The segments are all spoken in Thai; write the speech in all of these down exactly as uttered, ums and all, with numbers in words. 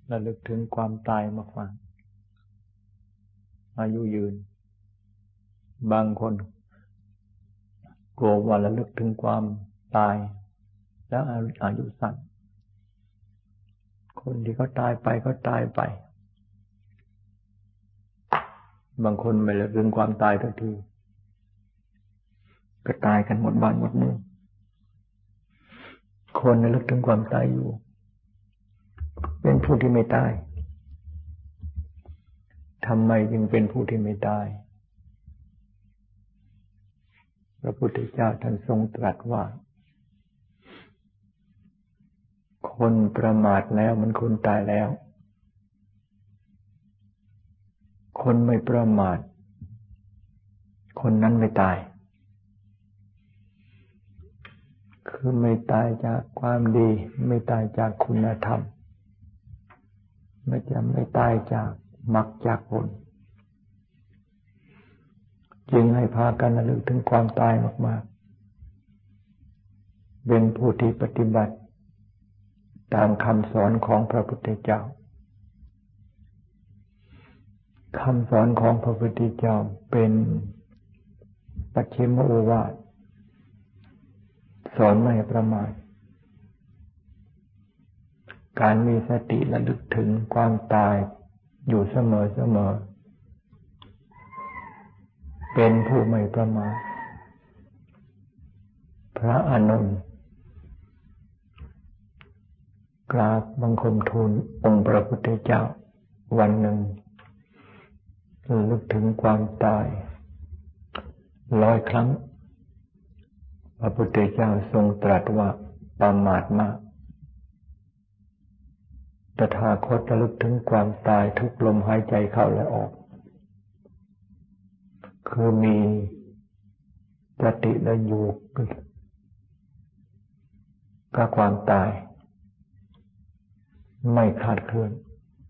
ระลึกถึงความตายมาฟังอายุยืนบางคนกลัวว่าระลึกถึงความตายแล้วอายุสั้นคนที่เขาตายไปก็ตายไปบางคนไม่ระลึกถึงความตายทันทีก็ตายกันหมดบ้านหมดเมืองคนระลึกถึงความตายอยู่เป็นผู้ที่ไม่ตายทำไมจึงเป็นผู้ที่ไม่ตายพระพุทธเจ้าท่านทรงตรัสว่าคนประมาทแล้วมันคนตายแล้วคนไม่ประมาทคนนั้นไม่ตายคือไม่ตายจากความดีไม่ตายจากคุณธรรมไม่จะไม่ตายจากมรรคจากผลจึงให้พากันระลึกถึงความตายมากๆเป็นผู้ที่ปฏิบัติตามคำสอนของพระพุทธเจ้าคำสอนของพระพุทธเจ้าเป็นปัจฉิมโอวาทสอนไม่ประมาทการมีสติระลึกถึงความตายอยู่เสมอเสมอเป็นผู้ไม่ประมาทพระอานนท์กราบบังคมทูลองค์พระพุทธเจ้าวันหนึ่งระลึกถึงความตายร้อยครั้งพระพุทธเจ้าทรงตรัสว่าประมาทมากตถาคตระลึกถึงความตายทุกลมหายใจเข้าและออกคือมีสติและอยู่กับความตายไม่คลาดเคลื่อน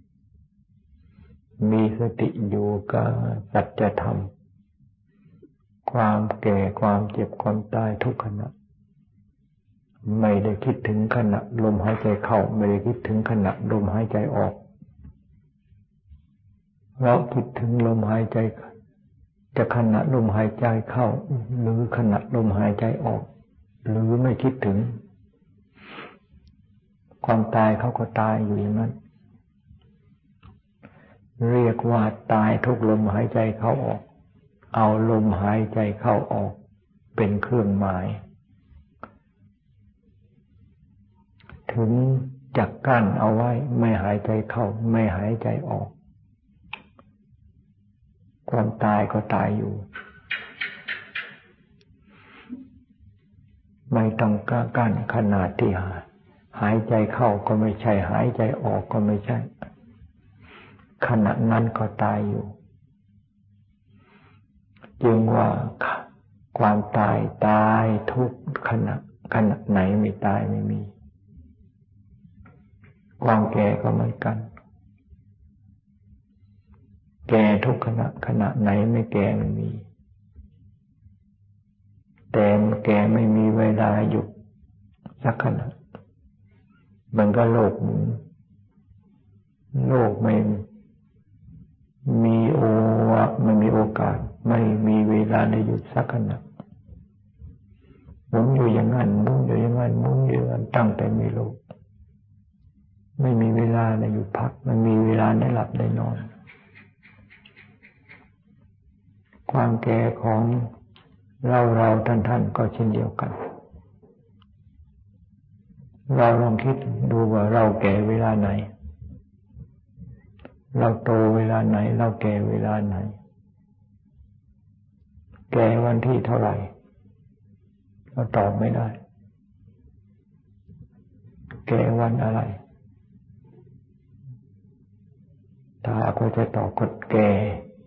มีสติอยู่กับสัจธรรมความแก่ความเจ็บความตายทุกขณะไม่ได้คิดถึงขณะลมหายใจเข้าไม่ได้คิดถึงขณะลมหายใจออกเราคิดถึงลมหายใจจะขณะลมหายใจเข้าหรือขณะลมหายใจออกหรือไม่คิดถึงความตายเขาก็ตายอยู่อย่างนั้นเรียกว่าตายทุกลมหายใจเข้าออกเอาลมหายใจเข้าออกเป็นเครื่องหมายถึงจักกั้นเอาไว้ไม่หายใจเข้าไม่หายใจออกความตายก็ตายอยู่ไม่ต้องกั้นขนาดที่หายใจเข้าก็ไม่ใช่หายใจออกก็ไม่ใช่ขณะนั้นก็ตายอยู่จึงว่าความตายตายทุกขณะขณะไหนไม่ตายไม่มีความแก่ก็เหมือนกันแก่ทุกขณะขณะไหนไม่แก่ไม่มีแต่แก่ไม่มีเวลาหยุดสักขณะมันก็โลกหมุนโลกไม่มีโอวะไม่มีโอกาสไม่มีเวลาได้หยุดสักขณะหมุนอยู่อย่างนั้นหมุนอยู่อย่างนั้นหมุนอยู่อย่างนั้นตั้งแต่มีโลกไม่มีเวลาได้หยุดพักไม่มีเวลาได้หลับได้นอนความแก่ของเราเราท่านท่านก็เช่นเดียวกันเราลองคิดดูว่าเราแก่เวลาไหนเราโตเวลาไหนเราแก่เวลาไหนแก่วันที่เท่าไหร่เราตอบไม่ได้แก่วันอะไรถ้าก็จะตอบกดแก่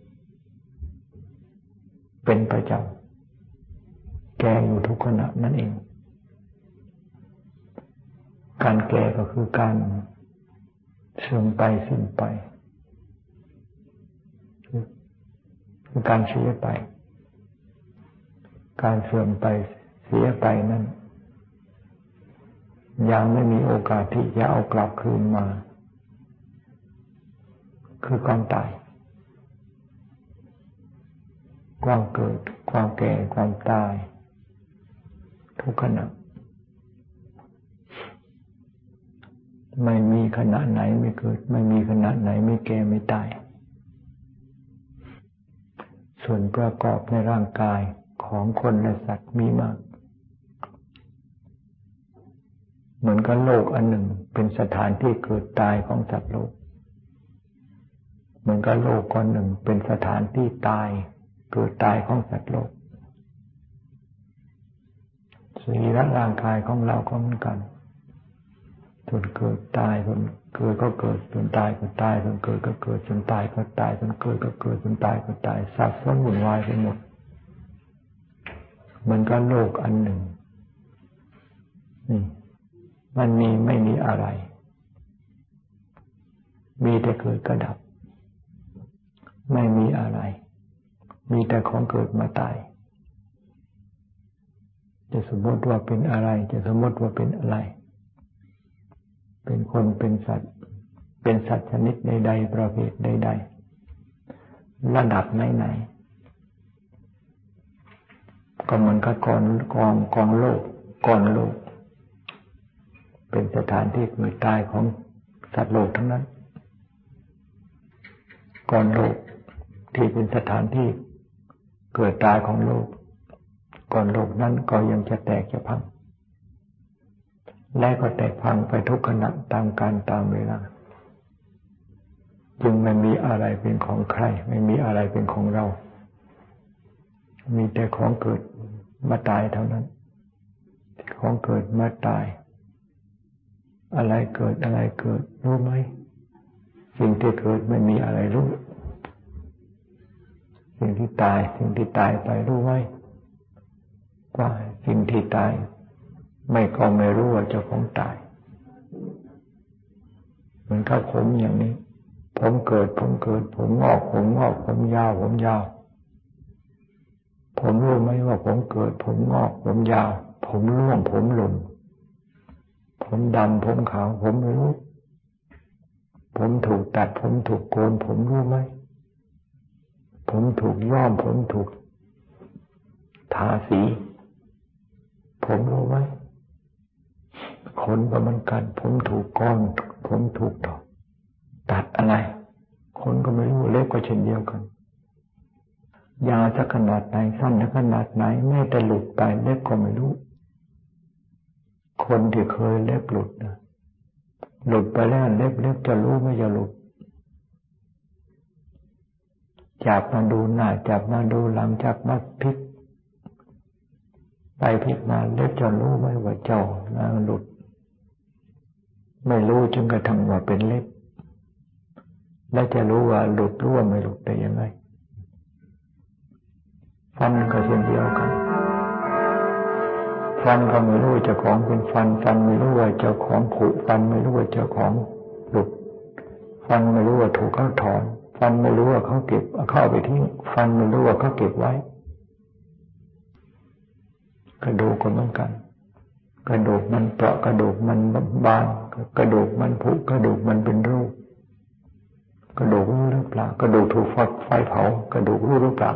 เป็นประจำแก่อยู่ทุกขณะนั่นเองการแก่ก็คือการเสื่อมไปสิ้นไปคือการเสียไปการเสื่อมไปเสียไปนั้นยังไม่มีโอกาสที่จะเอากลับคืนมาคือความตายความเกิดความแก่ความตายทุกขณะไม่มีขณะไหนไม่เกิดไม่มีขณะไหนไม่แก่ไม่ตายส่วนประกอบในร่างกายของคนและสัตว์มีมากเหมือนกับโลกอันหนึ่งเป็นสถานที่เกิดตายของสัตว์โลกเหมือนกับโลกก้อนหนึ่งเป็นสถานที่ตายเกิดตายของสัตว์โลกสรีระร่างกายของเราก็เหมือนกันส่วนเกิดตายส่วนเกิดก็เกิดส่วนตายก็ตายส่วนเกิดก็เกิดส่วนตายก็ตายส่วนเกิดก็เกิดส่วนตายก็ตายสับสนวุ่นวายไปหมดเหมือนกับโลกอันหนึ่งนี่มันมีไม่มีอะไรมีแต่เกิดก็ดับไม่มีอะไรมีแต่ของเกิดมาตายจะสมมติว่าเป็นอะไรจะสมมติว่าเป็นอะไรเป็นคนเป็นสัตว์เป็นสัตว์ชนิดใดๆประเภทใดๆระดับไหนๆก็เหมือนกับกองกองกองโลกก้อนโลกเป็นสถานที่เกิดตายของสัตว์โลกทั้งนั้นก้อนโลกที่เป็นสถานที่เกิดตายของโลกก้อนโลกนั้นก็ยังจะแตกจะพังและก็แตกพังไปทุกขณะตามกาลตามเวลาจึงไม่มีอะไรเป็นของใครไม่มีอะไรเป็นของเรามีแต่ของเกิดมาตายเท่านั้นของเกิดมาตายอะไรเกิดอะไรเกิดรู้ไหมสิ่งที่เกิดไม่มีอะไรรู้สิ่งที่ตายสิ่งที่ตายไปรู้ไหมว่าสิ่งที่ตายไม่ก็ไม่รู้ว่าเจ้าของตายเหมือนกับผมอย่างนี้ผมเกิดผมเกิดผมงอกผมงอกผมยาวผมยาวผมรู้ไหมว่าผมเกิดผมงอกผมยาวผมร่วงผมหล่นผมดำผมขาวผมไม่รู้ผมถูกตัดผมถูกโกนผมรู้ไหมผมถูกย้อมผมถูกทาสีผมรู้ไหมขนก็เหมือนกันผมถูกก้อนผมถูกตัดอะไรขนก็ไม่รู้เล็บก็เช่นเดียวกันยาวสักขนาดไหนสั้นสักขนาดไหนแม้แต่หลุดไปเล็บก็ไม่รู้คนที่เคยเล็บหลุดนะหลุดไปแล้วเล็บเล็บจะรู้ไม่จะหลุดจับมาดูหน้าจับมาดูหลังจับมาพลิกไปพลิกมาเล็บจะรู้ไหมว่าเจ้านะหลุดไม่รู้จนกระทั่งว่าเป็นเล็บและจะรู้ว่าหลุดรู้ว่าไม่หลุดได้ยังไงฟันก็เช่นเดียวกันฟันก็ไม่รู้เจ้าของเป็นฟันฟันไม่รู้ว่าเจ้าของผุฟันไม่รู้ว่าเจ้าของหลุดฟันไม่รู้ว่าถูกเขาถอนฟันไม่รู้ว่าเขาเก็บเข้าไปทิ้งฟันไม่รู้ว่าเขาเก็บไว้กระดูกก็เหมือนกันกระดูกมันเปราะกระดูกมันบางกระดูกมันผุกระดูกมันเป็นรูปกระดูกรู้หรือเปล่ากระดูกถูกไฟเผากระดูกรู้หรือเปล่า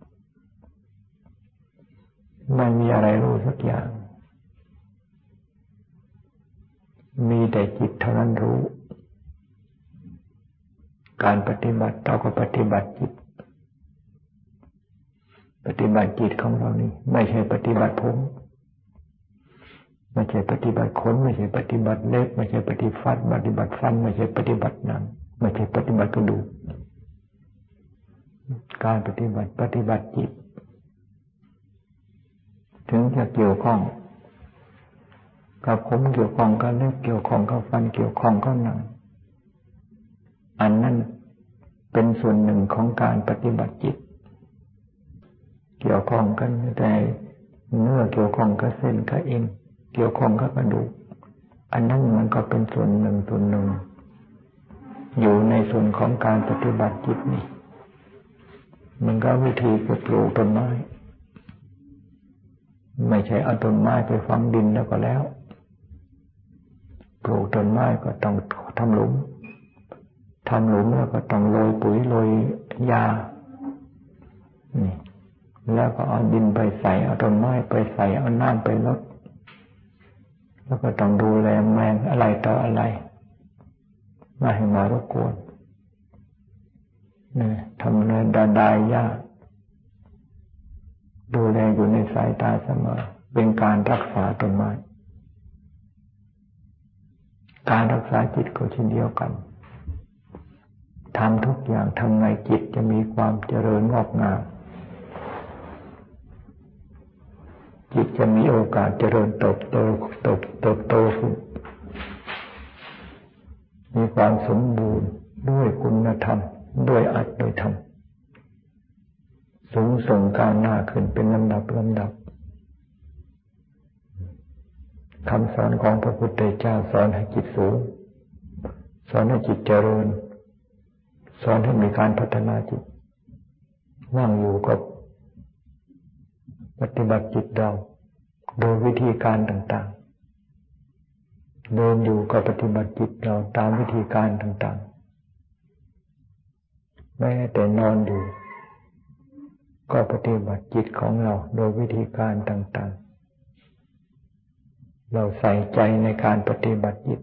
ไม่มีอะไรรู้สักอย่างมีแต่จิตเท่านั้นรู้การปฏิบัติเราก็ปฏิบัติจิตปฏิบัติจิตของเรานี่ไม่ใช่ปฏิบัติผมไม่ใช่ปฏิบัติขนไม่ใช่ปฏิบัติเล็บไม่ใช่ปฏิบัติปฏิบัติฟันไม่ใช่ปฏิบัติหนังไม่ใช่ปฏิบัติกระดูกการปฏิบัติปฏิบัติจิตถึงจะเกี่ยวข้องกับผมเกี่ยวข้องกับเล็บเกี่ยวข้องกับฟันเกี่ยวข้องกับหนังอันนั้นเป็นส่วนหนึ่งของการปฏิบัติจิตเกี่ยวข้องกันแต่เนื้อเกี่ยวข้องกับเส้นกับเอ็นเกี่ยวข้องกับกระดูกอันนั้นมันก็เป็นส่วนหนึ่งส่วนหนึ่งอยู่ในส่วนของการปฏิบัติจิตนี่มันก็วิธีปลูกต้นไม้ไม่ใช่เอาต้นไม้ไปฝังดินแล้วก็แล้วปลูกต้นไม้ก็ต้องทำหลุมทำหลุมแล้วก็ต้องโรยปุ๋ยโรยยานี่แล้วก็เอาดินไปใส่เอาต้นไม้ไปใส่เอาน้ำไปรดแล้วก็ต้องดูแลแมงอะไรต่ออะไรไม่ให้มารบกวนนี่ทำเนินดาดายยากดูแลอยู่ในสายตาเสมอเป็นการรักษาต้นไม้การรักษาจิตก็เช่นเดียวกันทำทุกอย่างทำไงจิตจะมีความเจริญงอกงามจิตจะมีโอกาสเจริญเติบโตเติบเติบโตขึ้นมีความสมบูรณ์ด้วยคุณธรรมด้วยอัตด้วยธรรมสูงส่งก้าวหน้าขึ้นเป็นลำดับลำดับคำสอนของพระพุทธเจ้าสอนให้จิตสูงสอนให้จิตเจริญสอนให้มีการพัฒนาจิตนั่งอยู่กับปฏิบัติจิตเราโดยวิธีการต่างๆเดินอยู่กับปฏิบัติจิตเราตามวิธีการต่างๆแม้แต่นอนอยู่ก็ปฏิบัติจิตของเราโดยวิธีการต่างๆเราใส่ใจในการปฏิบัติจิต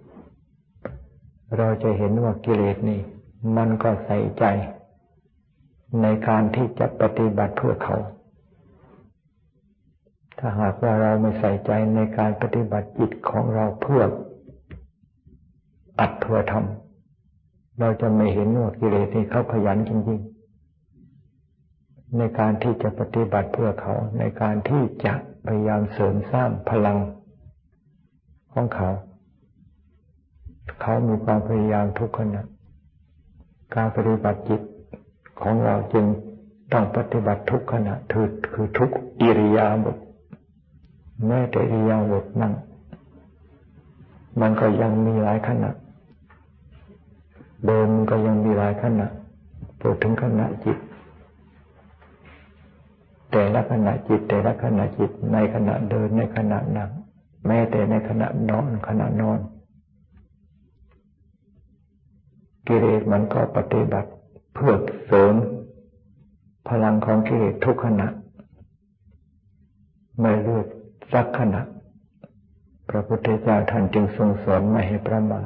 เราจะเห็นว่ากิเลสนี่มันก็ใส่ใจในการที่จะปฏิบัติเพื่อเขาถ้าหากว่าเราไม่ใส่ใจในการปฏิบัติจิตของเราเพื่ออัดเพื่อทำเราจะไม่เห็นว่ากิเลสนี่เขาขยันจริงๆในการที่จะปฏิบัติเพื่อเขาในการที่จะพยายามเสริมสร้างพลังของเขาเขามีความพยายามทุกขณะการปฏิบัติจิตของเราจึงต้องปฏิบัติทุกขณะคือคือทุกอิริยาบถแม้แต่อิริยาบถนั่งมันก็ยังมีหลายขณะเดินมันก็ยังมีหลายขณะพูดถึงขณะจิตแต่ละขณะจิตแต่ละขณะจิตในขณะเดินในขณะนั่งแม้แต่ในขณะนอนขณะนอนกิเลสมันก็ปฏิบัติเพื่อเสริมพลังของกิเลสทุกขณะไม่เลือกสักขณะพระพุทธเจ้าท่านจึงทรงสอนไม่ให้ประมาท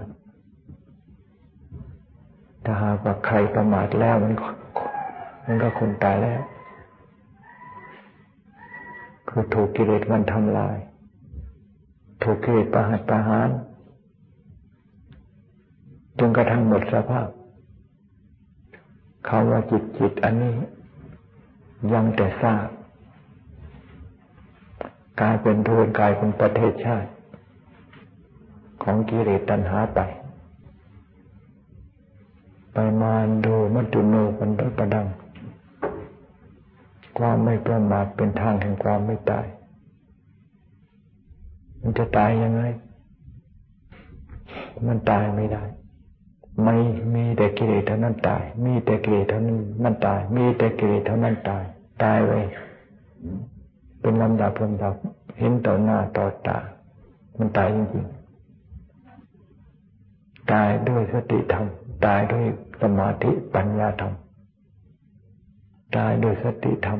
ถ้าหากว่าใครประมาทแล้วมันก็มันก็คนตายแล้วคือถูกกิเลสมันทำลายถูกกิเลสประหัตประหารจนกระทั่งหมดสภาพคำว่าจิตจิตอันนี้ยังแต่ซากกลายเป็นเรือนกลายเป็นประเทศชาติของกิเลสตัณหาไปไปมาดูมัจจุโนปันประดังความไม่ประมาทเป็นทางแห่งความไม่ตายมันจะตายยังไงมันตายไม่ได้ไม่มีแต่กิเลสเท่านั้นตายมีแต่กิเลสเท่านั้นมันตายมีแต่กิเลสเท่านั้นตายตายไว้เป็นลำดับลำดับเห็นต่อหน้าต่อตามันตายจริงๆตายด้วยสติธรรมตายด้วยสมาธิปัญญาธรรมตายด้วยสติธรรม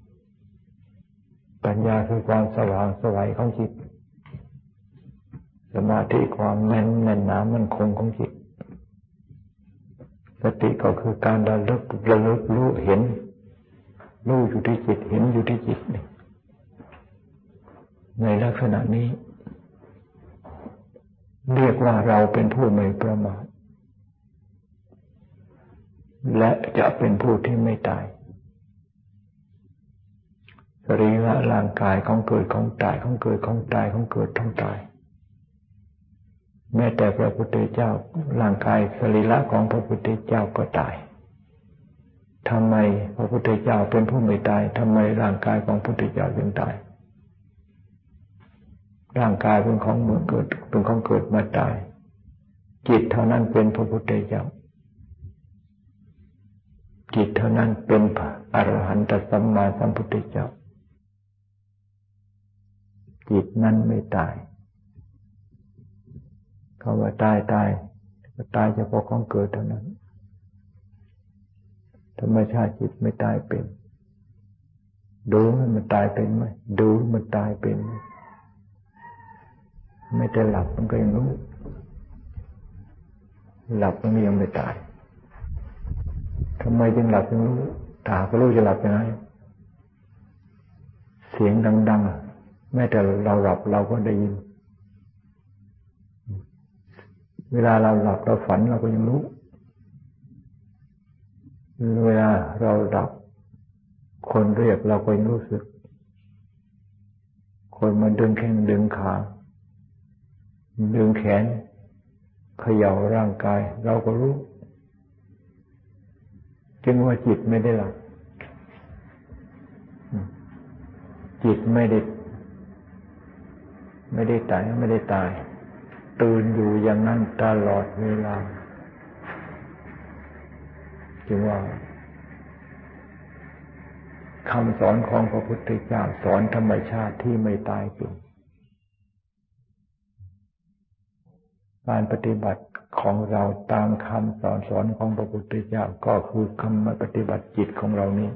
ปัญญาคือความสว่างไสวของจิตสมาธิความแน่นแน่นหนามั่นคงของจิตสติก็คือการระลึกระลึกรู้เห็นรู้อยู่ที่จิตเห็นอยู่ที่จิตในลักษณะนี้เรียกว่าเราเป็นผู้ไม่ประมาทและจะเป็นผู้ที่ไม่ตายสรีระร่างกายของเกิดของตายของเกิดของตายของเกิดของตายแม้แต่พระพุทธเจ้าร่างกายสรีระของพระพุทธเจ้าก็ตายทำไมพระพุทธเจ้าเป็นผู้ไม่ตายทำไมร่างกายของพระพุทธเจ้าจึงตายร่างกายเป็นของเมื่อเกิดเป็นของเกิดมาตายจิตเท่านั้นเป็นพระพุทธเจ้าจิตเท่านั้นเป็นพระอรหันตสัมมาสัมพุทธเจ้าจิตนั้นไม่ตายคำว่าตายตายตายเฉพาะของเกิดเท่านั้นธรรมชาติจิตไม่ตายเป็นดูมันตายเป็นไหมดูมันตายเป็นไม่แต่หลับมันก็ยังรู้หลับมันยังไม่ตายทำไมจึงหลับจึงรู้ถ้าก็รู้จะหลับยังไงเสียงดังๆแม้แต่เราหลับเราก็ได้ยินเวลาเราหลับเราฝันเราก็ยังรู้เวลาเราหลับคนเรียกเราก็ยังรู้สึกคนมาดึงแข้งดึงขาดึงแขนเขย่าร่างกายเราก็รู้จึงว่าจิตไม่ได้หลับจิตไม่ได้ไม่ได้ตายไม่ได้ตายตื่นอยู่อย่างนั้นตลอดเวลาจึงว่าคำสอนของพระพุทธเจ้าสอนธรรมชาติที่ไม่ตายเป็นการปฏิบัติของเราตามคำสอนสอนของพระพุทธเจ้าก็คือคำปฏิบัติจิตของเรานี้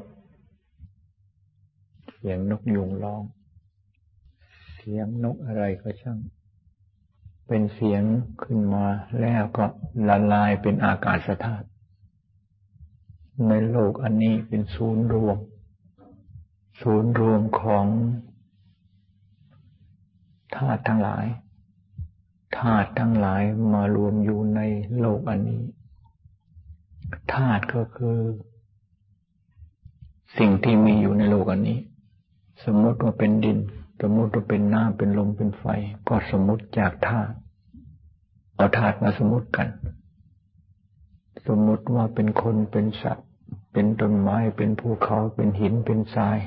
เสียงนกยุงร้องเสียงนกอะไรก็ช่างเป็นเสียงขึ้นมาแล้วก็ละลายเป็นอากาศธาตุในโลกอันนี้เป็นศูนย์รวมศูนย์รวมของธาตุทั้งหลายธาตุทั้งหลายมารวมอยู่ในโลกอันนี้ธาตุก็คือสิ่งที่มีอยู่ในโลกอันนี้สมมติว่าเป็นดินสมมติว่าเป็นน้ำเป็นลมเป็นไฟก็สมมติจากธาตุเอาธาตุมาสมมติกันสมมติว่าเป็นคนเป็นสัตว์เป็นต้นไม้เป็นภูเขาเป็นหินเป็นทราย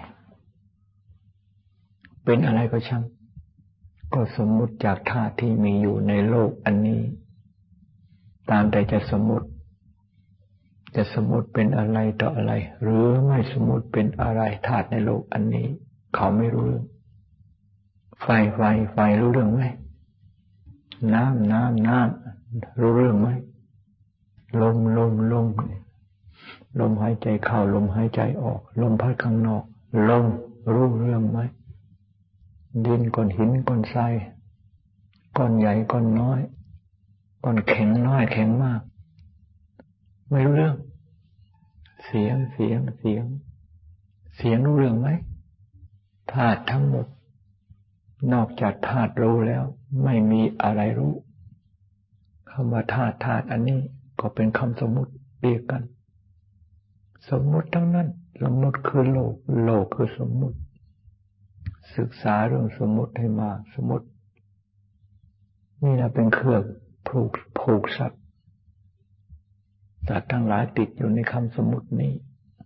เป็นอะไรก็ช่างก็สมมุติจากธาตุที่มีอยู่ในโลกอันนี้ตามแต่จะสมมุติจะสมมุติเป็นอะไรต่ออะไรหรือไม่สมมุติเป็นอะไรธาตุในโลกอันนี้เขาไม่รู้เรื่องไฟไฟไฟรู้เรื่องไหมน้ำน้ำน้ำรู้เรื่องไหมลมลมลมลมหายใจเข้าลมหายใจออกลมพัดข้างนอกลมรู้เรื่องไหมดินก้อนหินก้อนทรายก้อนใหญ่ก้อนน้อยก้อนแข็งน้อยแข็งมากไม่รู้เรื่องเสียงเสียงเสียงเสียงรู้เรื่องไหมธาตุทั้งหมดนอกจากธาตุรู้แล้วไม่มีอะไรรู้คำว่าธาตุธาตุอันนี้ก็เป็นคำสมมุติเรียกกันสมมุติทั้งนั้นสมมุติคือโลกโลกคือสมมุติศึกษาเรื่องสมมุติให้มากสมมุตินี่นะเป็นเครื่องผูกผูกสัตว์สัตว์ทั้งหลายติดอยู่ในคำสมมุตินี้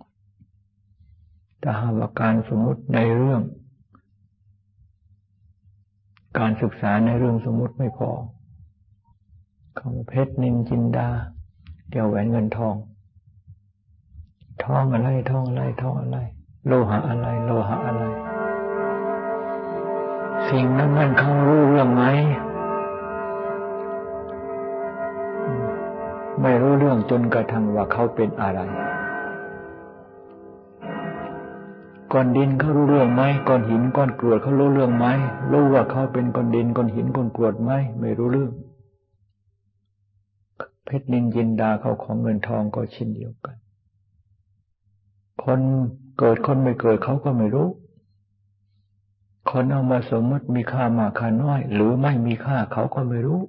แต่หากว่าการสมมุติในเรื่องการศึกษาในเรื่องสมมุติไม่พอคำว่าเพชรนินจินดาแก้วแหวนเงินทองทองอะไรทองอะไรทองอะไรโลหะอะไรโลหะอะไรสิ่งนั้นนั่นเขารู้เรื่องไหมไม่รู้เรื่องจนกระทั่งว่าเขาเป็นอะไรก้อนดินเขารู้เรื่องไหมก้อนหินก้อนกรวดเขารู้เรื่องไหมรู้ว่าเขาเป็นก้อนดินก้อนหินก้อนกรวดไหมไม่รู้เรื่องเพชรนินจินดาเขาของเงินทองก็เช่นเดียวกันคนเกิดคนไม่เกิดเขาก็ไม่รู้คนเอามาสมมติมีค่ามากค่าน้อยหรือไม่มีค่าเขาก็ไม่รู้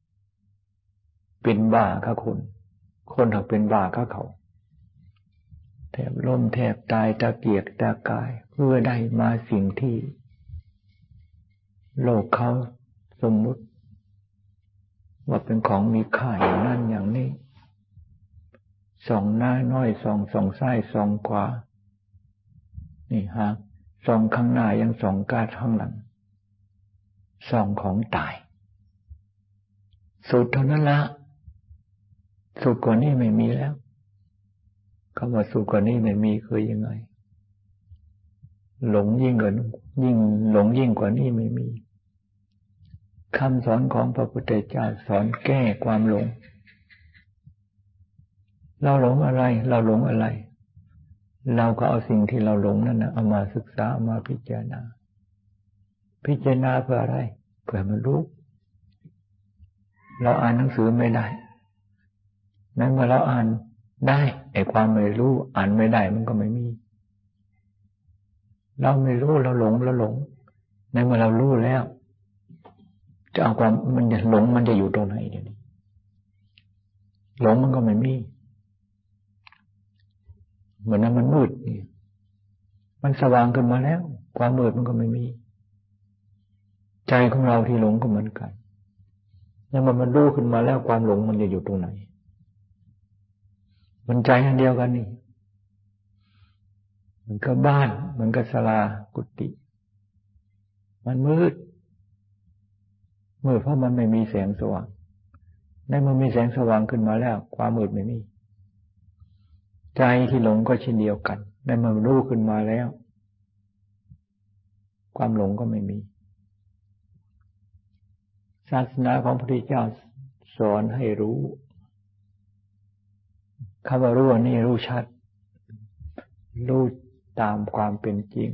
เป็นบ้าค่ะคนคนเขาเป็นบ้าค่ะเขาแทบล้มแทบตายตะเกียกตะกายเพื่อได้มาสิ่งที่โลกเขาสมมุติว่าเป็นของมีค่าอย่างนั้นอย่างนี้ส่องหน้าน้อยส่องส่องซ้ายส่องขวานี่ฮะส่องข้างหน้ายังส่องกาดข้างหลังส่องของตายสุดเท่านั้นละสุดกว่านี้ไม่มีแล้วคำว่าสุดกว่านี้ไม่มีคือยังไงหลงยิ่งกว่ายิ่งหลงยิ่งกว่านี้ไม่มีคำสอนของพระพุทธเจ้าสอนแก้ความหลงเราหลงอะไรเราหลงอะไรเราก็เอาสิ่งที่เราหลงนั่นนะเอามาศึกษาเอามาพิจารณาพิจารณาเพื่ออะไรเพื่อมันรู้เราอ่านหนังสือไม่ได้นั้นเมื่อเราอ่านได้ไอ้ความไม่รู้อ่านไม่ได้มันก็ไม่มีเราไม่รู้เราหลงเราหลงในเมื่อเรารู้แล้วจะเอาความมันจะหลงมันจะอยู่ตรงไหนเดี๋ยวนี้หลงมันก็ไม่มีเหมือนนั้นมันมืดมันสว่างขึ้นมาแล้วความมืดมันก็ไม่มีใจของเราที่หลงก็เหมือนกันยังมันมันรู้ขึ้นมาแล้วความหลงมันจะอยู่ตรงไหนมันใจอันเดียวกันนี่มันก็บ้านมันก็ศาลากุฏิมันมืดมืดเพราะมันไม่มีแสงสว่างในเมื่อมีแสงสว่างขึ้นมาแล้วความมืดไม่มีใจที่หลงก็เช่นเดียวกันในเมื่อรู้ขึ้นมาแล้วความหลงก็ไม่มีศาสนาของพระพุทธเจ้าสอนให้รู้คำว่ารู้นี่รู้ชัดรู้ตามความเป็นจริง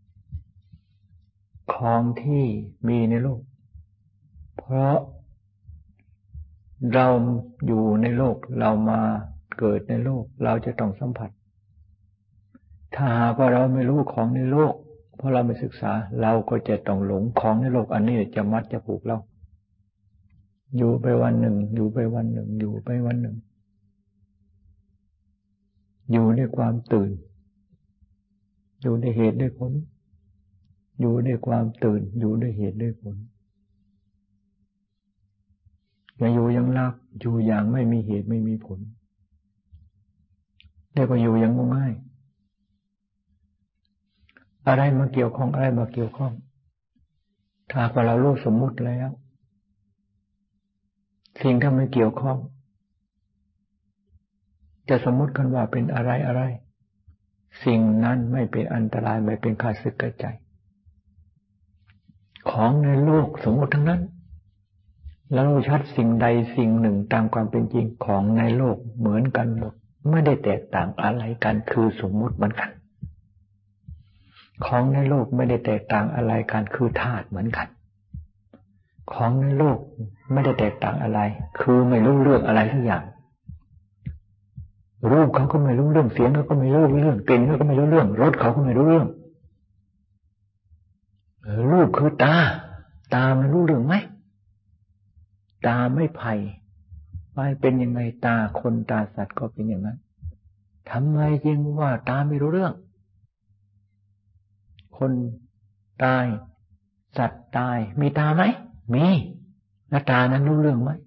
ของที่มีในโลกเพราะเราอยู่ในโลกเรามาเกิดในโลกเราจะต้องสัมผัสถ้าหากว่าเราไม่รู้ของในโลกเพราะเราไม่ศึกษาเราก็จะต้องหลงของในโลกอันนี้จะมัดจะผูกเราอยู่ไปวันหนึ่งอยู่ไปวันหนึ่งอยู่ไปวันหนึ่งอยู่ในความตื่นอยู่ในเหตุด้วยผลอยู่ในความตื่นอยู่ด้วยเหตุด้วยผลอย่าอยู่อย่างลับอยู่อย่างไม่มีเหตุไม่มีผลเรียกว่าอยู่อย่างง่ายอะไรมาเกี่ยวข้องอะไรมาเกี่ยวข้องถ้าว่าเรารู้สมมุติแล้วสิ่งที่ไม่เกี่ยวข้องจะสมมุติกันว่าเป็นอะไรอะไรสิ่งนั้นไม่เป็นอันตรายไม่เป็นข้าศึกแก่ใจของในโลกสมมุติทั้งนั้นแล้วเราชัดสิ่งใดสิ่งหนึ่งตามความเป็นจริงของในโลกเหมือนกันหมดไม่ได้แตกต่างอะไรกันคือสมมุติเหมือนกันของในโลกไม่ได้แตกต่างอะไรกันคือธาตุเหมือนกันของในโลกไม่ได้แตกต่างอะไรคือไม่รู้เรื่องอะไรทุกอย่างรูปเขาก็ไม่รู้เรื่องเสียงเขาก็ไม่รู้เรื่องกลิ่นเขาก็ไม่รู้เรื่องรสเขาก็ไม่รู้เรื่องรูปคือตาตามันรู้เรื่องไหมตาไม่ไผ่ไม่เป็นยังไงตาคนตาสัตว์ก็เป็นอย่างนั้นทำไมจึงว่าตาไม่รู้เรื่องคนตายสัตว์ตายมีตาไหมมีแล้วตานั้นรู้เรื่องไหม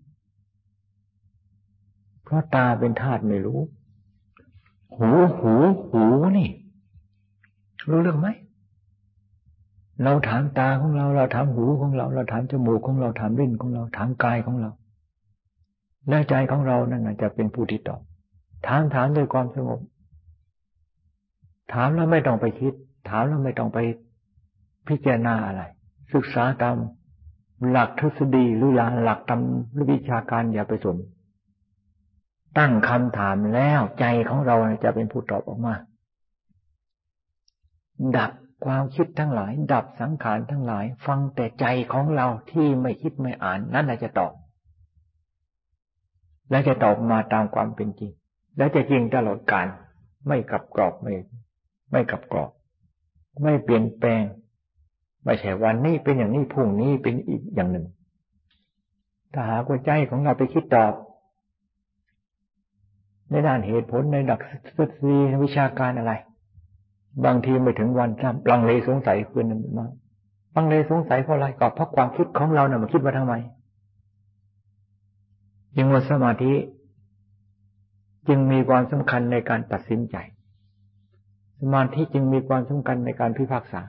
เพราะตาเป็นธาตุไม่รู้หูหูหูนี่รู้เรื่องไหมเราถามตาของเราเราถามหูของเราเราถามจมูกของเราถามลิ้นของเราถามกายของเราและใจของเรานั่นจะเป็นผู้ที่ตอบถามถามด้วยความสงบถามแล้วไม่ต้องไปคิดถามแล้วไม่ต้องไปพิจารณาอะไรศึกษาตามหลักทฤษฎีหรือหลักตามวิชาการอย่าไปสนตั้งคำถามแล้วใจของเราจะเป็นผู้ตอบออกมาดับความคิดทั้งหลายดับสังขารทั้งหลายฟังแต่ใจของเราที่ไม่คิดไม่อ่านนั่นแหละจะตอบและจะตอบมาตามความเป็นจริงและจะจริงตลอดกาลไม่กลับกรอกไม่ไม่กลับกรอกไม่เปลี่ยนแปลงไม่ใช่วันนี้เป็นอย่างนี้พรุ่งนี้เป็นอีกอย่างหนึ่งถ้าหากว่าใจของเราไปคิดตอบในด้านเหตุผลในหลักทฤษฎีวิชาการอะไรบางทีไม่ถึงวันซ้ำลังเลสงสัยคืนนั้นมาลังเลสงสัยเพราะอะไรก็เพราะความคิดของเราเนี่ยมันคิดว่าทำไมจึงว่าสมาธิจึงมีความสำคัญในการตัดสินใจสมาธิจึงมีความสำคัญในการพิพากษา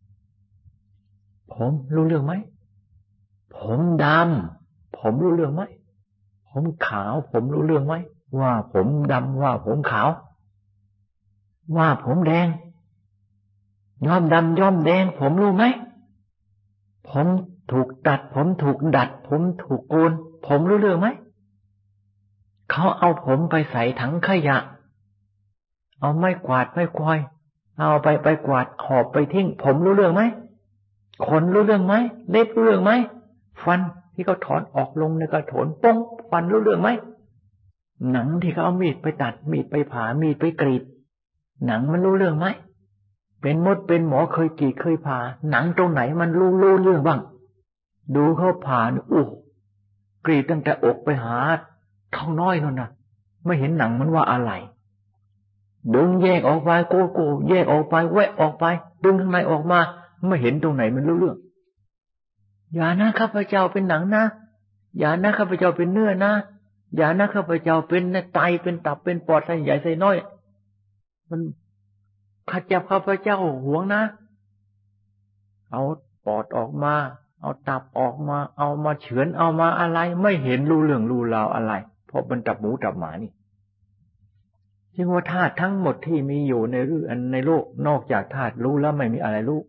ผมรู้เรื่องไหมผมดำผมรู้เรื่องไหมผมขาวผมรู้เรื่องไหมว่าผมดำว่าผมขาวว่าผมแดงย้อมดำย้อมแดงผมรู้ไหมผมถูกตัดผมถูกดัดผมถูกโกนผมรู้เรื่องไหมคเขาเอาผมไปใส่ถังขยะเอาไม้กวาดไม้ควายเอาไปไปกวาดหอบไปทิ้งผมรู้เรื่องไหมขนรู้เรื่องไหมเล็บรู้เรื่องไหมฟันที่เขาถอนออกลงในกระโถนป้องฟันรู้เรื่องไหมหนังที่เขาเอามีดไปตัดมีดไปผ่ามีดไปกรีดหนังมันรู้เรื่องไหมเป็นมดเป็นหมอเคยกรีดเคยผ่าหนังตรงไหนมันรู้รู้เรื่องบ้างดูเขาผ่าอู้กรีดตั้งแต่อกไปหาท้องน้อยนั่นนะไม่เห็นหนังมันว่าอะไรดึงแยกออกไปโกโก้แยกออกไปแวะออกไปดึงข้างในออกมาไม่เห็นตรงไหนมันรู้เรื่องอย่านะข้าพเจ้าเป็นหนังนะอย่านะข้าพเจ้าเป็นเนื้อนะอย่านะข้าพเจ้าเป็นไตเป็นตับเป็นปอดไส้ใหญ่ไส้น้อยมันข้าจับข้าพเจ้าห่วงนะเอาปอดออกมาเอาตับออกมาเอามาเฉือนเอามาอะไรไม่เห็นรู้เรื่องรู้ราวอะไรเพราะมันตับหมูตับหมานี่จึงว่าธาตุทั้งหมดที่มีอยู่ในเรื่องในโลกนอกจากธาตุรู้แล้วไม่มีอะไรรู้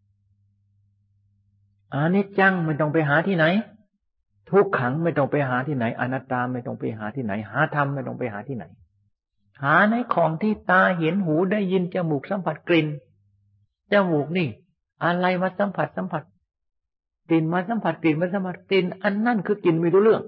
อนิจจังไม่ต้องไปหาที่ไหนทุกขังไม่ต้องไปหาที่ไหนอนัตตาไม่ต้องไปหาที่ไหนหาธรรมไม่ต้องไปหาที่ไหนหาในของที่ตาเห็นหูได้ยินจมูกสัมผัสกลิ่นจมูกนี่อะไรมาสัมผัสสัมผัสกลิ่นมาสัมผัสกลิ่นมาสัมผัสกลิ่นอันนั่นคือกลิ่นไม่รู้เรื่อง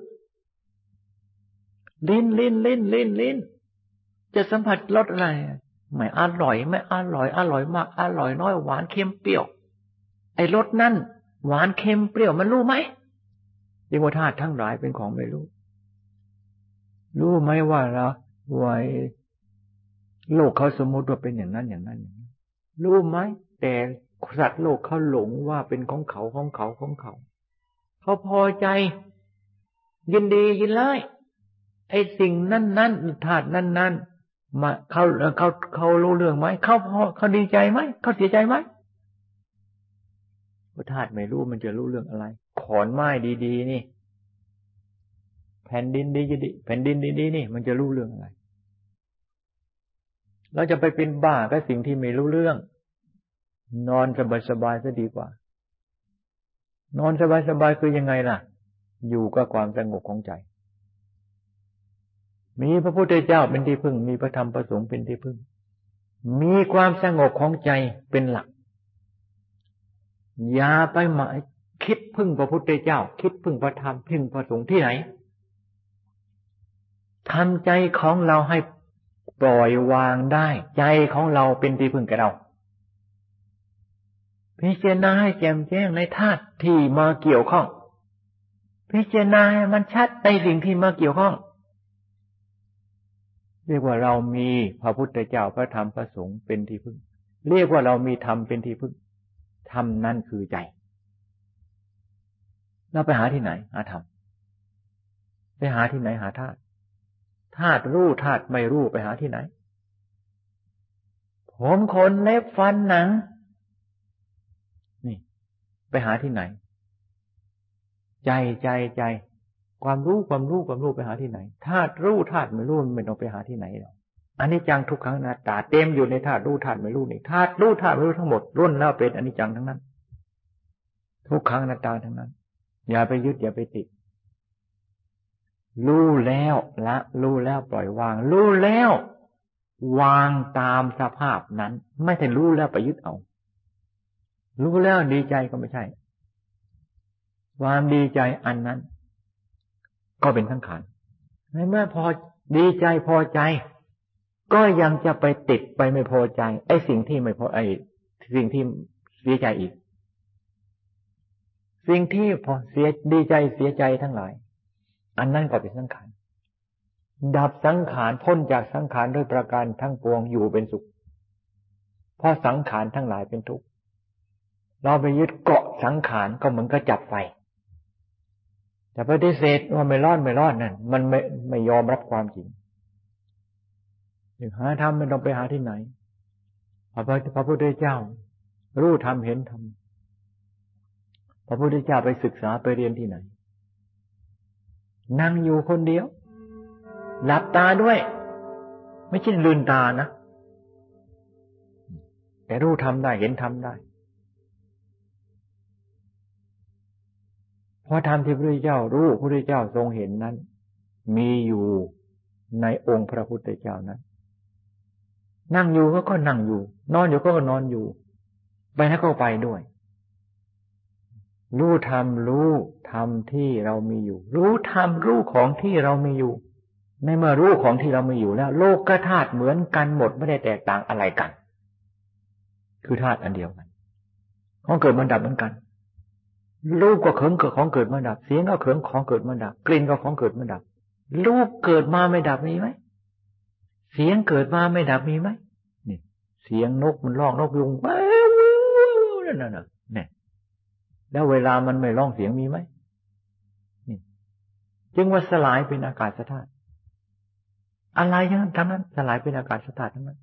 ลิ้นลิ้นลิ้นลิ้นลิ้นจะสัมผัสรสอะไรไม่อร่อยไม่อร่อยอร่อยมากอร่อยน้อยหวานเค็มเปรี้ยวไอ้รสนั่นหวานเค็มเปรี้ยวมันรู้ไหมเรียกว่าธาตุทั้งหลายเป็นของไม่รู้รู้ไหมว่าเราไว้โลกเขาสมมติว่าเป็นอย่างนั้นอย่างนั้นอย่างนั้นรู้ไหมแต่สัตว์โลกเขาหลงว่าเป็นของเขาของเขาของเขาเขาพอใจยินดียินไล่ไอ้สิ่งนั้นนั้นธาตุนั้นนั้นมาเขาเขาเขารู้เรื่องไหมเขาพอเขาดีใจไหมเขาเสียใจไหมธาตุไม่รู้มันจะรู้เรื่องอะไรขอนไม้ดีๆนี่แผ่นดินดีๆแผ่นดินดีๆนี่มันจะรู้เรื่องอะไรเราจะไปเป็นบ้ากับสิ่งที่ไม่รู้เรื่องนอนสบายๆซะดีกว่านอนสบายๆคือยังไงล่ะอยู่กับความสงบของใจมีพระพุทธเจ้าเป็นที่พึ่งมีพระธรรมพระสงฆ์เป็นที่พึ่งมีความสงบของใจเป็นหลักอย่าไปหมายคิดพึ่งพระพุทธเจ้าคิดพึ่งพระธรรมพึ่งพระสงฆ์ที่ไหนทำใจของเราให้ปล่อยวางได้ใจของเราเป็นที่พึ่งแก่เราพิจารณาให้แจ่มแจ้งในธาตุที่มาเกี่ยวข้องพิจารณาให้มันชัดในสิ่งที่มาเกี่ยวข้องเรียกว่าเรามีพระพุทธเจ้าพระธรรมพระสงฆ์เป็นที่พึ่งเรียกว่าเรามีธรรมเป็นที่พึ่งธรรมนั่นคือใจเราไปหาที่ไหนหาธรรมไปหาที่ไหนหาธาตุธาตุรู้ธาตุไม่รู้ไปหาที่ไหนผมขนเล็บฟันหนังนี่ไปหาที่ไหนใจใจใจความรู้ความรู้ความรู้ไปหาที่ไหนธาตุรู้ธาตุไม่รู้ไม่ต้องไปหาที่ไหนหรอกอนิจจังทุกขังอนัตตาเต็มอยู่ในธาตุรู้ธาตุไม่รู้นี่ธาตุรู้ธาตุไม่รู้ทั้งหมดล้วนแล้วเป็นอนิจจังทั้งนั้นทุกขังอนัตตาทั้งนั้นอย่าไปยึดอย่าไปติดรู้แล้วละรู้แล้วปล่อยวางรู้แล้ววางตามสภาพนั้นไม่ใช่รู้แล้วไปยึดเอารู้แล้วดีใจก็ไม่ใช่ความดีใจอันนั้นก็เป็นสังขารเมื่อพอดีใจพอใจก็ยังจะไปติดไปไม่พอใจไอ้สิ่งที่ไม่พอไอ้สิ่งที่เสียใจอีกสิ่งที่พอเสียดีใจเสียใจทั้งหลายอันนั้นก็เป็นสังขารดับสังขารพ้นจากสังขารด้วยประการทั้งปวงอยู่เป็นสุขเพราะสังขารทั้งหลายเป็นทุกข์เราไปยึดเกาะสังขารก็เหมือนกับจับไฟแต่ปฏิเสธว่าไม่รอดไม่รอดนั่นมันไม่ไม่ยอมรับความจริงหาธรรมไม่ต้องไปหาที่ไหนพระพระพุทธเจ้ารู้ธรรมเห็นธรรมพระพุทธเจ้าไปศึกษาไปเรียนที่ไหนนั่งอยู่คนเดียวหลับตาด้วยไม่ใช่ลืมตานะแต่รู้ธรรมได้เห็นธรรมได้เพราะธรรมที่พระพุทธเจ้ารู้พระพุทธเจ้าทรงเห็นนั้นมีอยู่ในองค์พระพุทธเจ้านั้นนั่งอยู่ก็ก็นั่งอยู่นอนอยู่ก็ก็นอนอยู่ไปไหนก็ไปด้วยรู้ธรรมรู้ธรรมที่เรามีอยู่รู้ธรรมรู้ของที่เรามีอยู่ในเมื่อรู้ของที่เรามีอยู่แล้วโลกธาตุเหมือนกันหมดไม่ได้แตกต่างอะไรกันคือธาตุอันเดียวกันของเกิดมันดับเหมือนกันรูปก็เขิงเกิดของเกิดมาดับเสียงก็เขิงของเกิดมาดับกลิ่นก็ของเกิดมาดับรูปเกิดมาไม่ดับมีไหมเสียงเกิดมาไม่ดับมีไหมนี่เสียงนกมันร้องนกยุงไปนั่นน่ะเนี่ยแล้วเวลามันไม่ร้องเสียงมีไหมนี่จึงว่าสลายเป็นอากาศธาตุอะไรอย่างนั้นทั้งนั้นสลายเป็นอากาศธาตุทั้งนั้น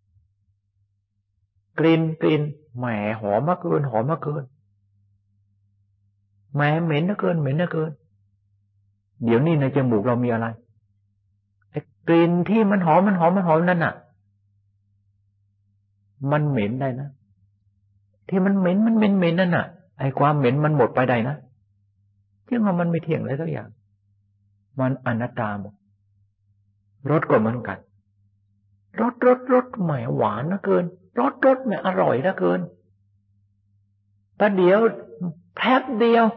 กลิ่นกลิ่นแหมหอมมากเกินหอมมากเกินแหมเหม็นเหลือเกินเหม็นเหลือเกินเดี๋ยวนี้ในจมูกเรามีอะไรไอ้กลิ่นที่มันหอมมันหอมมันหอมนั่นน่ะมันเหม็นได้นะที่มันเหม็นมันเหม็นเหม็นนั่นน่ะไอ้ความเหม็นมันหมดไปได้นะที่ว่ามันไม่เที่ยงเลยสักอย่างมันอนัตตาหมดรสก็เหมือนกันรสรสรสแหมหวานเหลือเกินรสรสแหมอร่อยเหลือเกินประเดี๋ยวแป๊บเดียว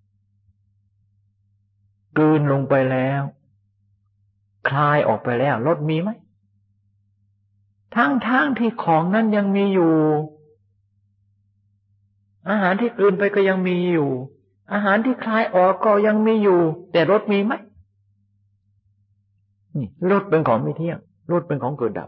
กลืนลงไปแล้วคลายออกไปแล้วรสมีไหมทั้งๆ ท, ที่ของนั้นยังมีอยู่อาหารที่กลืนไปก็ยังมีอยู่อาหารที่คลายออกก็ยังมีอยู่แต่รสมีไหมนี่รสเป็นของไม่เที่ยงรสเป็นของเกิดดับ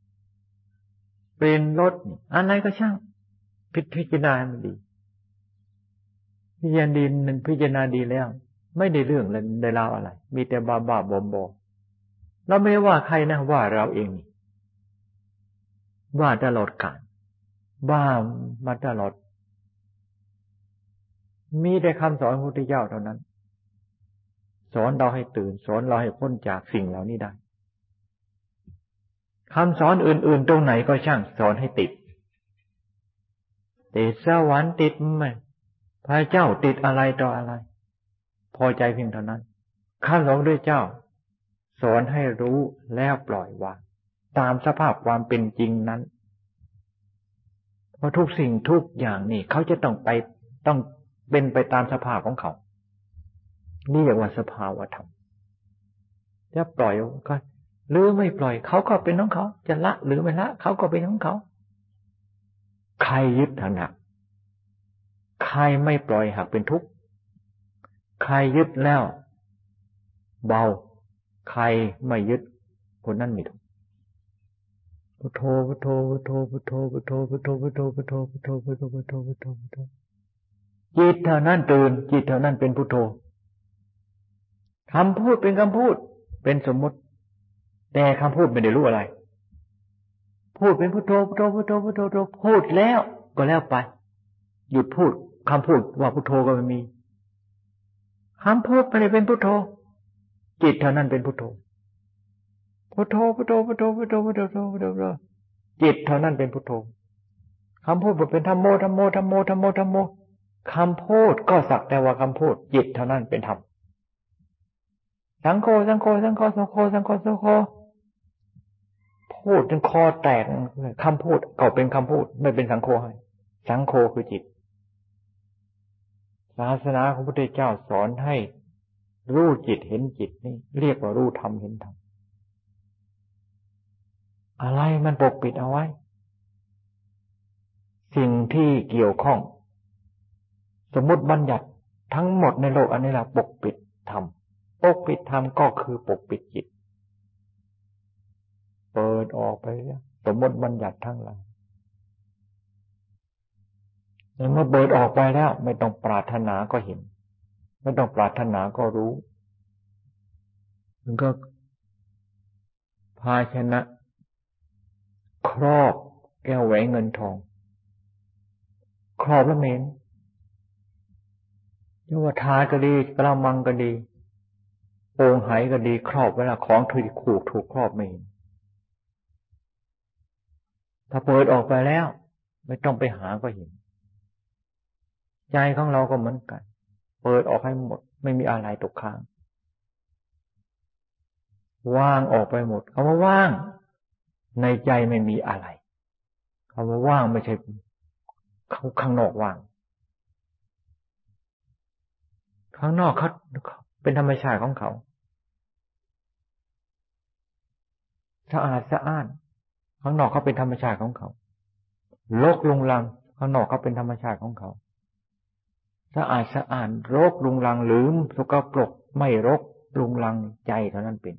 เป็นรสอะไรก็ช่างพิจารณามันดีพิจารณาดีพิจารณาดีแล้วไม่ได้เรื่องเลยได้ราวอะไรมีแต่บ้าบ้าบอมบอเราไม่ได้ว่าใครนะว่าเราเองว่าตลอดกาลว่ามาตลอดมีแต่คำสอนของพระพุทธเจ้าเท่านั้นสอนเราให้ตื่นสอนเราให้พ้นจากสิ่งเหล่านี้ได้คำสอนอื่นๆตรงไหนก็ช่างสอนให้ติดติดสวรรค์ติดไหมพระเจ้าติดอะไรต่ออะไรพอใจเพียงเท่านั้นข้าพระพุทธเจ้าสอนให้รู้แล้วปล่อยวางตามสภาพความเป็นจริงนั้นเพราะทุกสิ่งทุกอย่างนี่เขาจะต้องไปต้องเป็นไปตามสภาพของเขานี่เรียกว่าสภาวธรรมจะปล่อยก็หรือไม่ปล่อยเขาก็เป็นของเขาจะละหรือไม่ละเขาก็เป็นของเขาใครยึดหนักใครไม่ปล่อยหากเป็นทุกข์ใครยึดแล้วเบาใครไม่ยึดคนนั้นมีทุกข์พุทโธพุทโธพุทโธพุทโธพุทโธพุทโธพุทโธพุทโธพุทโธพุทโธพุทโธพุทโธพุทโธจิตเท่านั้นตื่นจิตเท่านั้นเป็นพุทโธคำพูดเป็นคำพูดเป็นสมมติแต่คำพูดไม่ได้รู้อะไรพูดเป็นพุทโธพุทโธพุทโธพุทโธพุทโธพูดแล้วก็แล้วไปหยุดพูดคำพูดว่าพุทโธก็ไม่มีคำพูดไม่ได้เป็นพุทโธจิตเท่านั้นเป็นพุทโธพุทโธพุทโธพุทโธพุทโธพุทโธพุทโธพุทโธจิตเท่านั้นเป็นพุทโธคำพูดเป็นธัมโมธัมโมธัมโมธัมโมธัมโมคำพูดก็สักแต่ว่าคำพูดจิตเท่านั้นเป็นธรรมสังโฆสังโฆสังโฆสังโฆสังโฆสังโฆพูดจนคอแตกคำพูดก็เป็นคำพูดไม่เป็นสังโฆให้สังโฆคือจิตศาสนาของพระพุทธเจ้าสอนให้รู้จิตเห็นจิตนี่เรียกว่ารู้ธรรมเห็นธรรมอะไรมันปกปิดเอาไว้สิ่งที่เกี่ยวข้องสมมติบัญญัติทั้งหมดในโลกอันนี้เราปกปิดธรรมปกปิดธรรมก็คือปกปิดจิตเปิดออกไปสมมติบัญญัติทั้งหลายเมื่อเปิดออกไปแล้วไม่ต้องปรารถนาก็เห็นไม่ต้องปรารถนาก็รู้มันก็ภาชนะครอบแก้วแหวนเงินทองครอบแล้วเหม็นไม่ว่าทาก็ดีกระมังก็ดีโอ่งไหก็ดีครอบเวลาของถูกขูดถูกครอบไม่เห็นถ้าเปิดออกไปแล้วไม่ต้องไปหาก็เห็นใจของเราก็เหมือนกันเปิดออกให้หมดไม่มีอะไรตกค้างว่างออกไปหมดคำว่าว่างในใจไม่มีอะไรคำว่าว่างไม่ใช่เขาข้างนอกว่างข้างนอกเขาเป็นธรรมชาติของเขาสะอาดสะอ้านข้างนอกเขาเป็นธรรมชาติของเขารกรุงรังข้างนอกเขาเป็นธรรมชาติของเขาสะอาดสะอ้านรกรุงรังหรือสกปรกไม่รกรุงรังใจเท่านั้นเป็น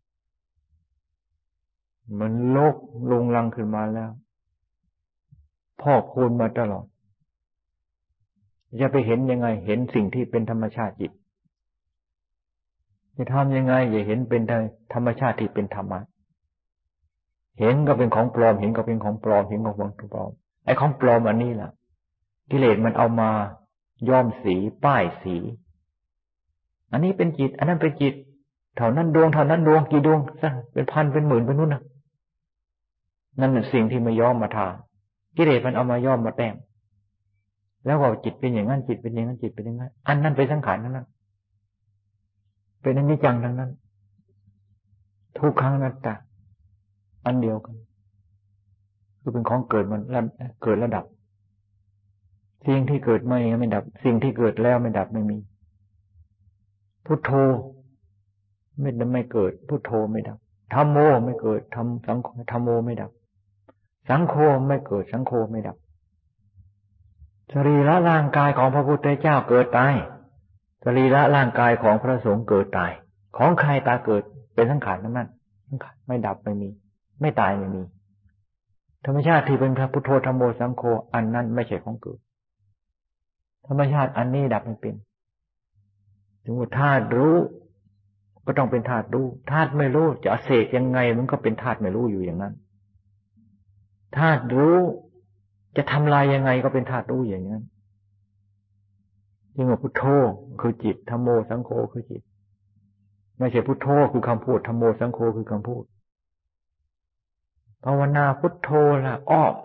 มันรกรุงรังขึ้นมาแล้วพ่อพูนมาตลอดจะไปเห็นยังไงเห็นสิ่งที่เป็นธรรมชาติจิตจะทำยังไงอย่าเห็นเป็นธรรมชาติที่เป็นธรรมะเห็นก็เป็นของปลอมเห็นก็เป็นของปลอมเห็นก็เป็นของปลอมไอ้ของปลอมอันนี้ล่ะกิเลสมันเอามาย้อมสีป้ายสีอันนี้เป็นจิตอันนั้นเป็นจิตเท่านั้นดวงเท่านั้นดวงกี่ดวงซะเป็นพันเป็นหมื่นเป็นนู่นนะนั่นเป็นสิ่งที่มาย้อมมาทากิเลสมันเอามาย้อมมาแต่งแล้วก็จิตเป็นอย่างนั้นจิตเป็นอย่างนั้นจิตเป็นอย่างนั้นอันนั้นเป็นสังขารทั้งนั้นเป็นอนิจจังทั้งนั้นทุกครั้งนั้นแต่อันเดียวกันคือเป็นของเกิดมันเกิดระดับสิ่งที่เกิดไม่ไม่ดับสิ่งที่เกิดแล้วไม่ดับไม่มีพุทโธไม่ไม่เกิดพุทโธไม่ดับธัมโมไม่เกิดธัมสังโฆธัมโมไม่ดับสังโฆไม่เกิดสังโฆไม่ดับสรีระร่างกายของพระพุทธเจ้าเกิดตายสรีระร่างกายของพระสงฆ์เกิดตายของใครตาเกิดเป็นสังขารทั้งนั้นไม่ดับไม่มีไม่ตายไม่มีธรรมชาติที่เป็นพระพุทโธธัมโมสังโฆอันนั้นไม่ใช่ของเกิดธรรมชาติอันนี้ดับไม่เป็นถึงว่าธาตุรู้ก็ต้องเป็นธาตุรู้ธาตุไม่รู้จะเสกยังไงมันก็เป็นธาตุไม่รู้อยู่อย่างนั้นธาตุรู้จะทำลายยังไงก็เป็นธาตุรู้อย่างนั้นยิ่งว่าพุทโธคือจิตธัมโมสังโฆคือจิตไม่ใช่พุทโธคือคำพูดธัมโมสังโฆคือคำพูดภาวนาพุทโธล่ะอ้อม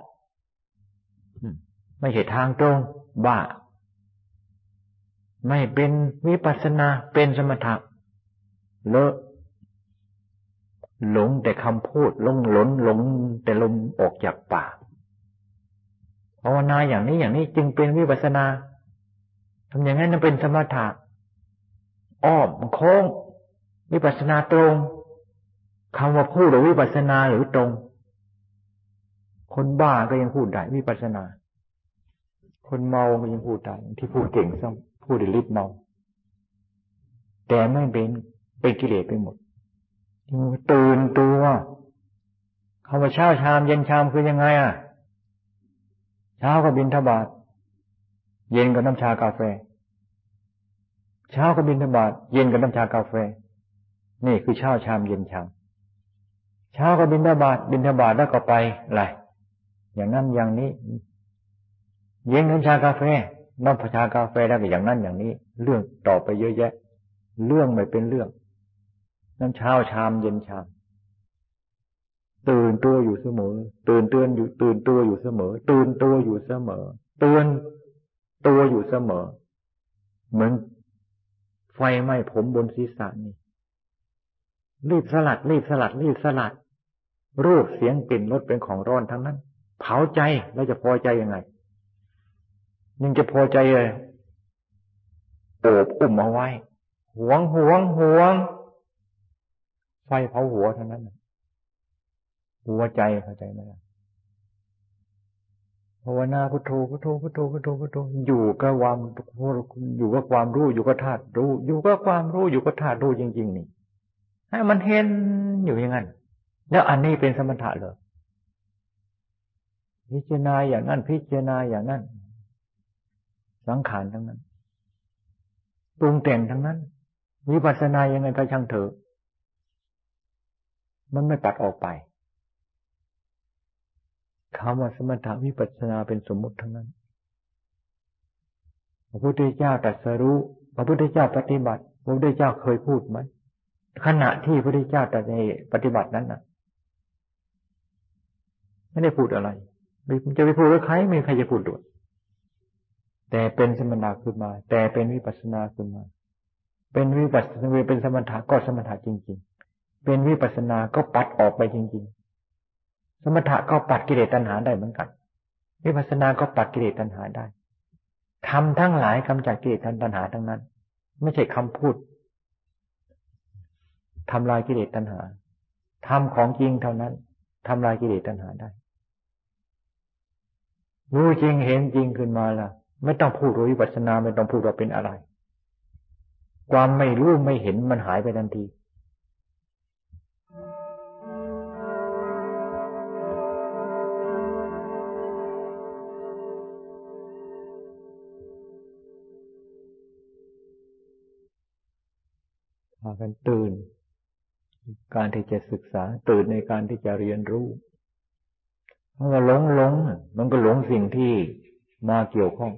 ไม่ใช่ทางตรงบ้าไม่เป็นวิปัสสนาเป็นสมถะเลอะหลงแต่คำพูดหลงหลนหลงแต่ลมออกจากปากภาวนาอย่างนี้อย่างนี้จึงเป็นวิปัสสนาทำอย่างนั้นนั่นเป็นสมถะอ้อมโค้งวิปัสสนาตรงคำว่าพูดหรือวิปัสสนาหรือตรงคนบ้าก็ยังพูดได้วิปัสสนาคนเมาก็ยังพูดได้ที่พูดเก่งซ้ำพูดด้วยฤทธิ์เมาแต่ไม่เป็นเป็นกิเลสไปหมดตื่นตัวคำว่าเช้าชามเย็นชามคือยังไงอ่ะเช้าก็บิณฑบาตเย็นก็น้ำชากาแฟเช้าก็บิณฑบาตเย็นก็น้ำชากาแฟนี่คือเช้าชามเย็นชามเช้าก็บิณฑบาตบิณฑบาตแล้วก็ไปอะไรอย่างนั้นอย่างนี้เย็นน้ำชากาแฟน้ำชากาแฟแล้วก็อย่างนั้นอย่างนี้เรื่องต่อไปเยอะแยะเรื่องไม่เป็นเรื่องน้ำเช้าชามเย็นชามตื่นตัวอยู่เสมอตื่นเตือนอยู่ตื่นตัวอยู่เสมอตื่นตัวอยู่เสมอเตือนตัวอยู่เสมอเหมือนไฟไหม้ผมบนศีรษะนี่รีบสลัดรีบสลัดรีบสลัดรูปเสียงกลิ่นรสเป็นของร้อนทั้งนั้นเผาใจแล้วจะพอใจยังไงยังจะพอใจเลยโอบอุ้มเอาไว้หวงหวงหวงไฟเผาหัวเท่านั้นหัวใจเข้าใจไหมล่ะภาวนาพุทโธพุทโธพุทโธพุทโธพุทโธอยู่กับความอยู่กับความรู้อยู่กับธาตุรู้อยู่กับความรู้อยู่กับธาตุรู้จริงๆนี่ให้มันเห็นอยู่อย่างนั้นแล้วอันนี้เป็นสมถะเลยพิจารณาอย่างนั้นพิจารณาอย่างนั้นสังขารทั้งนั้นปรุงแต่งทั้งนั้นวิปัสสนายังไงก็ช่างเถอะมันไม่ปัดออกไปคำว่าสมถะวิปัสสนาเป็นสมมุติทั้งนั้นพระพุทธเจ้าตรัสรู้พระพุทธเจ้าปฏิบัติพระพุทธเจ้าเคยพูดไหมขณะที่พระพุทธเจ้าตรัสในปฏิบัตินั้นน่ะไม่ได้พูดอะไรจะไปพูดกับใครไม่มีใครจะพูดด้วยแต่เป็นสมถะขึ้นมาแต่เป็นวิปัสสนาขึ้นมาเป็นวิปัสสนาเป็นสมถะก็สมถะจริงๆเป็นวิปัสสนาก็ปัดออกไปจริงๆสมถะก็ปัดกิเลสตัณหาได้เหมือนกันวิปัสสนาก็ปัดกิเลสตัณหาได้ทำทั้งหลายกำจัดกิเลสตัณหาทั้งนั้นไม่ใช่คำพูดทำลายกิเลสตัณหาทำของจริงเท่านั้นทำลายกิเลสตัณหาได้รู้จริงเห็นจริงขึ้นมาล่ะไม่ต้องพูดวิปัสสนาไม่ต้องพูดว่าเป็นอะไรความไม่รู้ไม่เห็นมันหายไปทันทีพากันตื่นการที่จะศึกษาตื่นในการที่จะเรียนรู้มันก็หลงหลงมันก็หลงสิ่งที่มาเกี่ยวข้อง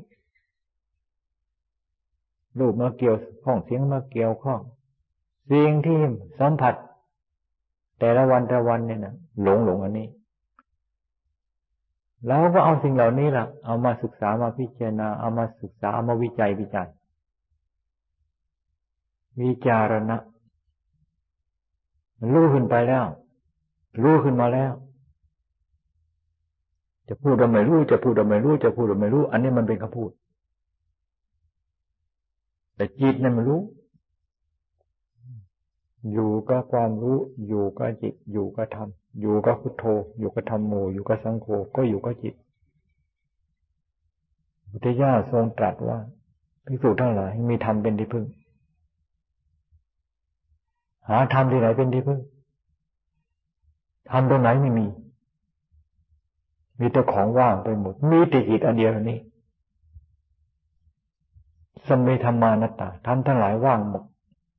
รูปมาเกี่ยวข้องเสียงมาเกี่ยวข้องสิ่งที่สัมผัสแต่ละวันแต่ละวันเนี่ยนะหลงหลงอันนี้เราก็เอาสิ่งเหล่านี้ล่ะเอามาศึกษามาพิจารณาเอามาศึกษาเอามาวิจัยวิจัยวิจารณะมันรู้ขึ้นไปแล้วรู้ขึ้นมาแล้วจะพูดเราไม่รู้จะพูดเราไม่รู้จะพูดเราไม่รู้อันนี้มันเป็นคำพูดแต่จิตเนี่ยมันรู้อยู่กับความรู้อยู่กับจิตอยู่กับธรรมอยู่กับพุทโธอยู่กับธัมโมอยู่กับสังโฆก็อยู่กับจิตพุทธเจ้าทรงตรัสว่าภิกษุทั้งหลายมีธรรมเป็นที่พึ่งหาธรรมที่ไหนเป็นที่พึ่งธรรมตรงไหนไม่มีมีแต่ของว่างไปหมดมีแต่จิตอันเดียวนี้สัมเมธัมมานัตตาธรรมทั้งหลายว่างหมด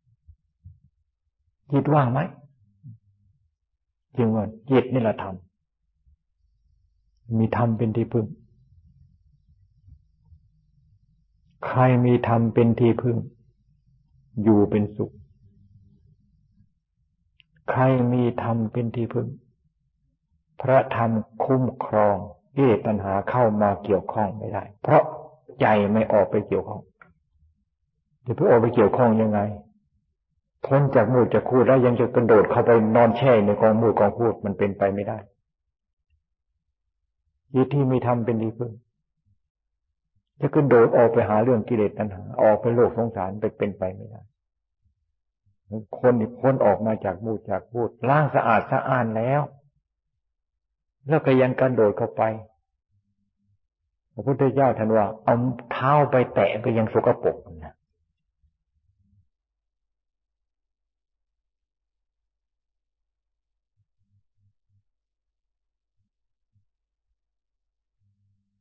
จิตว่างไหมจริงว่าจิตนี่แหละธรรมมีธรรมเป็นที่พึ่งใครมีธรรมเป็นที่พึ่งอยู่เป็นสุขใครมีธรรมเป็นที่พึ่งพระธรรมคุ้มครองกิเลสตัณหาเข้ามาเกี่ยวข้องไม่ได้เพราะใจไม่ออกไปเกี่ยวข้องจะเพื่อออกไปเกี่ยวข้องยังไงพ้นจากมูดจากคูดแล้วยังจะกระโดดเข้าไปนอนแช่ในกองมูดกองคูดมันเป็นไปไม่ได้จิตที่มีธรรมเป็นที่พึ่งจะกระโดดออกไปหาเรื่องกิเลสตัณหาออกไปโลกสงสารไปเป็นไปไม่ได้คนที่พ้นออกมาจากมูดจากคูดล้างสะอาดสะอ้านแล้วแล้วก็ยังกระโดดเข้าไปพระพุทธเจ้าท่านว่าเอาเท้าไปแตะก็ยังสกปรกนะ